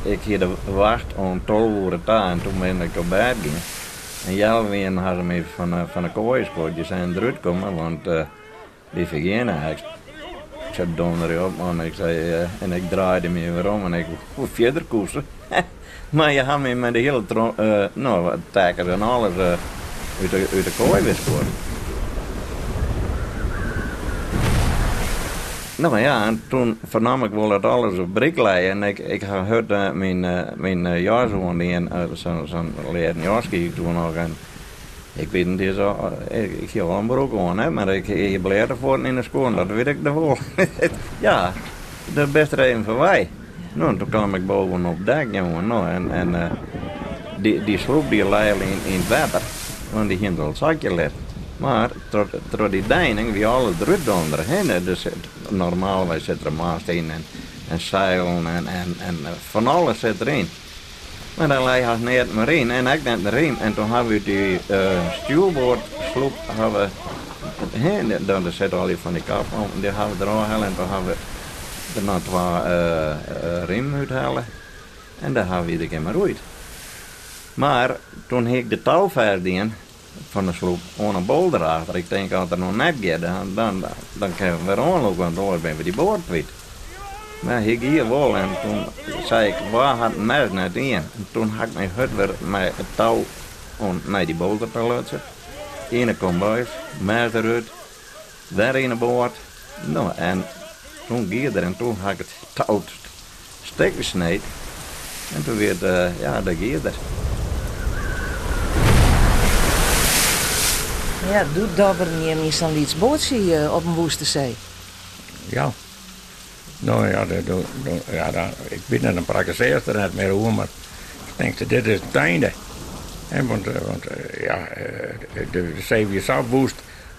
ik hier de wacht om 12 uur daar en toen ben ik op bed gegaan. En Jalwien hadden me van de kooi gesproken. Die zijn eruit gekomen, want die vergeten eigenlijk. Ik zei donder op man, ik zei, en ik draaide me weer om en ik hoe verder koersen. Maar je had me met de hele takken en alles uit de kooi gesproken. Nou ja, en toen vernam ik wel dat alles op brik lei. En ik had gehoord mijn jaarzoon die zo'n leren jaarski toen nog. En ik weet niet, ik ga wel een broek aan, hè, maar ik bleef ervoor in de school, dat weet ik wel. Ja, dat is best even voor wij. Nou, toen kwam ik boven op dak, jongen. Nou, en die sloep die lei in het water, want die ging al het zakje leggen. Maar door die deining, wie alles druk onder hen, dus normaal zit er mast in en zeilen en van alles zit erin. Maar dan lei hij net maar in en ik net erin en toen hebben we die stuurboordsloep dan zit al die van die kap om, die hebben we eruit halen en toen hebben we er nog 2 riem uithalen en dan hebben we iedere keer maar uit. Maar toen heb ik de touw verdiend van de sloep aan een bol erachter. Ik denk als er nog net gaat, dan kunnen we weer aanlopen, want dan ben we die boord kwijt. Maar ik hier wel en toen zei ik, waar had het mes net in? En toen had ik mijn hut weer met het touw naar die boter te laten. Ene kwam buis, mes eruit, daar in de boord. Nou, en toen ging er en toen had ik het touw stuk gesneden. En toen weer, daar ging er. Ja, doet dabber niet eens een liets bootje op een woeste zee. Ja. Nou ja, ik weet niet, dan praktiseer er net meer over, maar ik denk dat dit is het einde. En want de zee weer zo woest,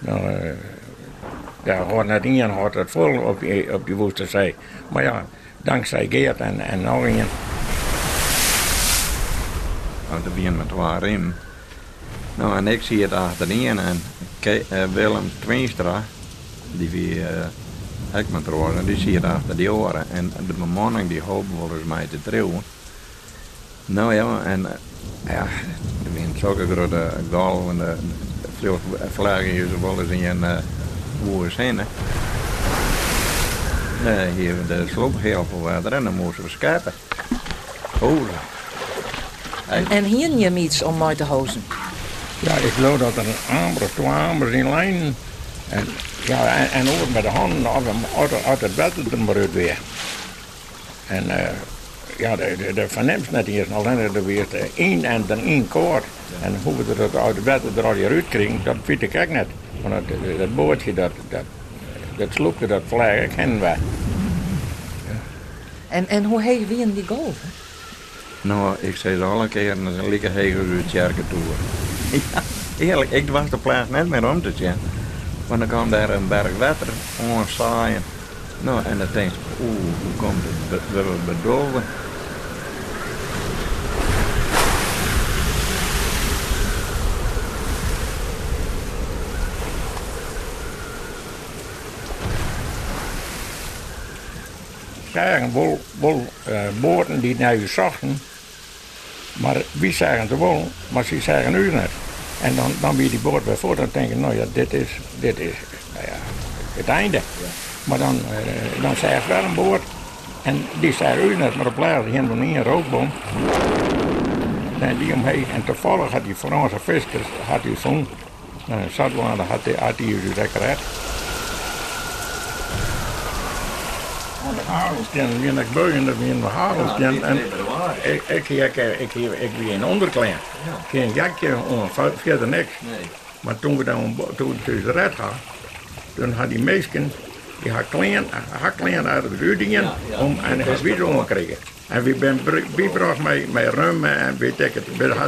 daar hoort net in, hoort het vol op die woeste zee. Maar ja, dankzij Geert en nog een. Nou, er begint met 2 riem. Nou, en ik zie het achterin en Willem Tweenstra, die wie hekmatrozen, die zie het achter die oren. En de bemanning die hoopt volgens mij te trouwen. Nou ja, en er zijn zulke grote gal en de vliegen hier zo wel eens in een woer zijn. Hier de sloop heel veel water en dan moesten we schepen. Hozen. En hier niet iets om mij te hozen. Ja, ik geloof dat er een 2 ambers in lijn. En ook met de handen uit het water er maar uit weer. En de vernemst net hier al er weer 1 en dan 1 koord. En hoe we dat uit het water er al uit krijgen, dat weet ik ook net. Want dat bootje, dat sloepje, dat vlag kennen wij. Ja. En hoe heet wie in die golf? Nou, ik zei ze alle keer, dat is een lekker hegel uit Jerken toe. Ja, eerlijk, ik was de plaats net meer om te zien. Want dan kwam daar een berg water onsaaien. Nou, en dan denk ik, hoe komt het? We bedolven. Zagen wel boorden die naar u zochten, maar wie zagen ze wel, maar ze zagen u net. En dan weer die boord weer voor, dan denk ik, nou ja, dit is het einde. Ja. Maar dan zei er wel een boord en die zei u net, maar op laatste ging er niet een rookboom. En die omheen, en toevallig had die Franse vissers, had hij zo'n zatwaarde, had hij u lekker uit. Harelstjen, wie ik buiten, dat wie een harelstjen. En ik wie een onderklein. Geen jakje, verder niks. Maar toen we de red hadden, toen had die meisken, die had klein uit de ruidingen om en hij weer omgekregen. En wie bracht mij rum en weet ik het,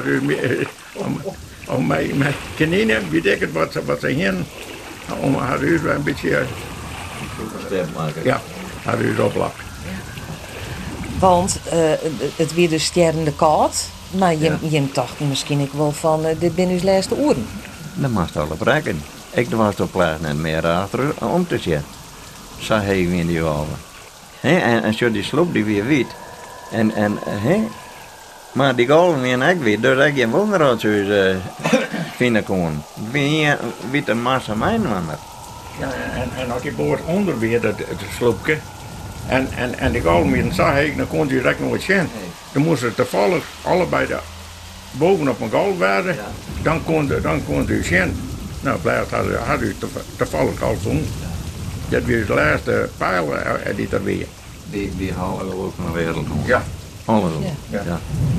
om mijn kaninen, weet ik het wat ze heen, om haar huis een beetje. Ja. Had u erop lag. Want het weer dus sterrende koud, maar je dacht misschien ik wel van dit binnen uw laatste oren. Dat moest al op rekken. Ik was op plaats net meer achter om te zien. Zo heen in die oven. En als je die sloep die weer weet, Hè? Maar die golven weer ook weer, dus ik geen wonder dat ze vinden kon. Wie een massa mijn man. Ja, en als die boord onder weer, het sloepje, en die golven weer zag ik, dan kon hij direct nooit zien. Dan moesten ze toevallig allebei bovenop een golf werden, dan kon u zien. Nou, blijft had u toevallig al zo'n. Dat was de laatste pijl die er weer. Die halen we ook naar de wereld. Ja. Alles. Ja.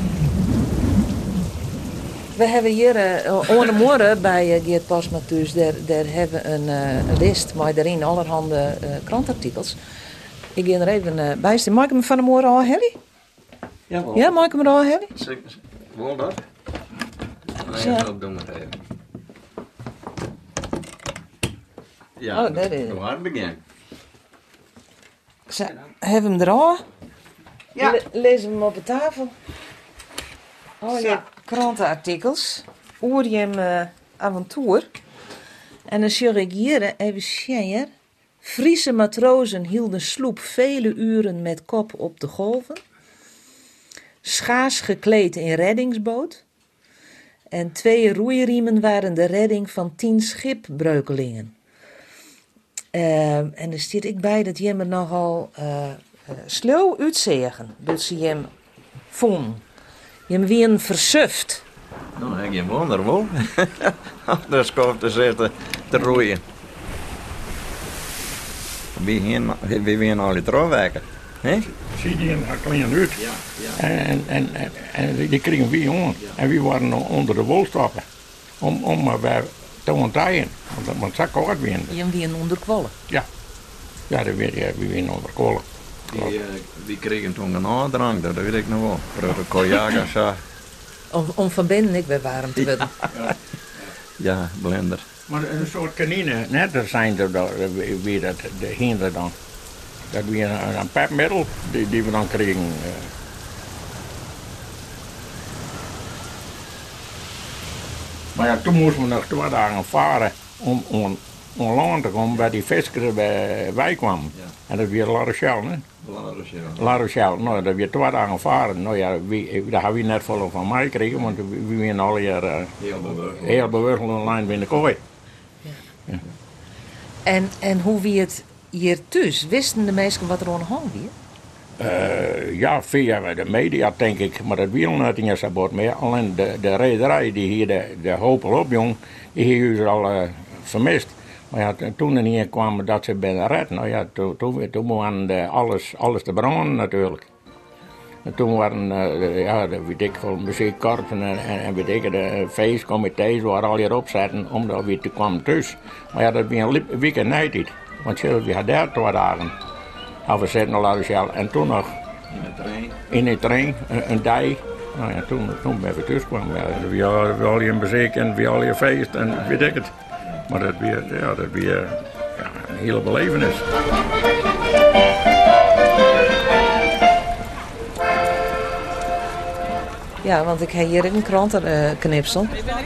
We hebben hier onder morgen bij Geert Pasma thuis, daar hebben we een list met daarin allerhande krantartikels. Ik ga er even bij staan. Mag ik hem van de morgen al, Helly? Ja, mag ik hem er al, Helly? Wil dat? Zo. Nee, dat doen we het even. Ja, Oh, dat is het. we gaan beginnen. Zo, hebben we hem er al? Ja. Lezen we hem op de tafel. Oh Zo. ja, krantenartikels. Over je avontuur. En dan zie ik hier even zien. Friese matrozen hielden sloep vele uren met kop op de golven. Schaars gekleed in reddingsboot. En 2 roeiriemen waren de redding van 10 schipbreukelingen. En er staat ik bij dat je me nogal slow uitzegen. Dat ze hem vonden. Je hem weer versuft. Nou, heb je een wonder wel. Dus komt te zitten te roeien. Wie weer al die trouwwerken. Hè? Zie die een klein uit. Ja. En die kregen wie on. En wie waren onder de wol stappen. Om maar bij te ontdekken. Want dat kan het weer. Je hem weer onderkwallen. Ja. Ja, dat weet je, wie weer onder kolen. Die kregen toen een aandrang, dat weet ik nog wel. Voor de kojaga zo. Om van binnen ik bij warm te worden. Ja, blender. Maar een soort kanine, net er zijn er wie dat de hinder dan. Dat weer een pepmiddel die we dan kregen. Maar ja, toen moesten we nog 2 dagen varen om land te komen bij die fiskers bij wij kwamen. Ja. En dat weer La Rochelle, hè? La Rochelle, nou dat weer 2 dagen varen. Nou ja, daar hebben we net vol van mij gekregen, want we zijn al hier heel bewust online in de kooi. Ja. En hoe wie het hier thuis? Wisten de mensen wat er aan de hand was? Ja, via de media denk ik, maar dat wil niet in je bord meer. Alleen de rederij die hier de Hopel op jong, die heeft ze al vermist. Maar ja, toen er hier kwamen dat ze bij de red, nou ja, toen waren alles te branden natuurlijk. En toen waren, weet ik veel, muziekkorpsen en weet ik, de feestcomité's waar al hier op zaten, omdat we toen kwamen thuis. Maar ja, dat was een weekend niet, want we hadden daar 2 dagen. We zitten naar La Rochelle en toen nog in de trein, een dag. Nou ja, toen ben we thuis kwamen. Ja, we al je muziek en we al je feest en weet ik het. Maar dat weer een hele belevenis. Ja, want ik heb hier een krantenknipsel.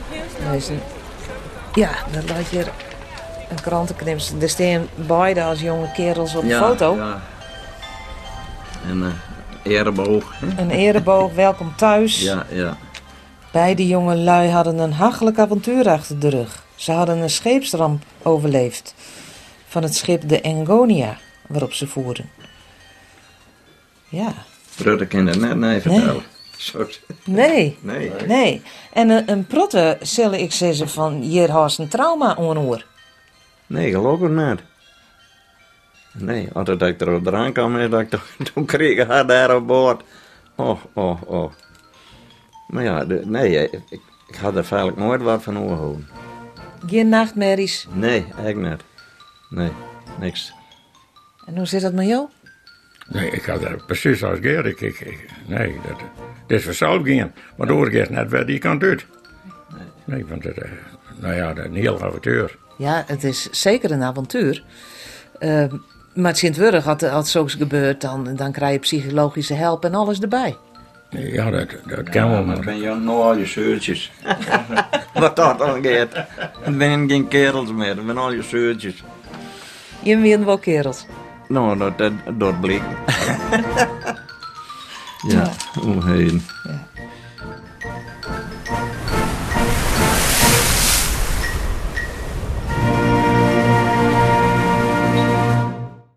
Ja, dan laat je een krantenknipsel. Er staan beide als jonge kerels op de foto. Ja. En ereboog. Hè? Een ereboog, welkom thuis. Ja. Beide jonge lui hadden een hachelijk avontuur achter de rug. Ze hadden een scheepsramp overleefd van het schip de Engonia waarop ze voeren. Ja. Brutte kan er net nee vertellen. Nee. Nee. Nee. En een protte zal ik zeggen van hier had een trauma onhoor. Nee, geloof ik niet. Nee, als ik er eraan kwam, toen kreeg ik haar daar op boord. Oh. Maar ja, nee, ik had er feitelijk nooit wat van horen. Geen nachtmerries. Nee, eigenlijk niet. Nee, niks. En hoe zit dat met jou? Nee, ik had er precies als Gerrit. Nee, dat is vanzelf gaan. Maar doorgeeft net waar die kant uit. Nee, want dat is een heel avontuur. Ja, het is zeker een avontuur. Maar het Sint-Wurg had zoiets gebeurd, dan krijg je psychologische hulp en alles erbij. Ja, dat kan wel. Maar ben je nou al je zeurtjes. Wat dat dan gaat. Het zijn geen kerels meer, het zijn al je zeurtjes. Je bent wel kerels. Nou, dat bleek. Ja, omheen. Ja.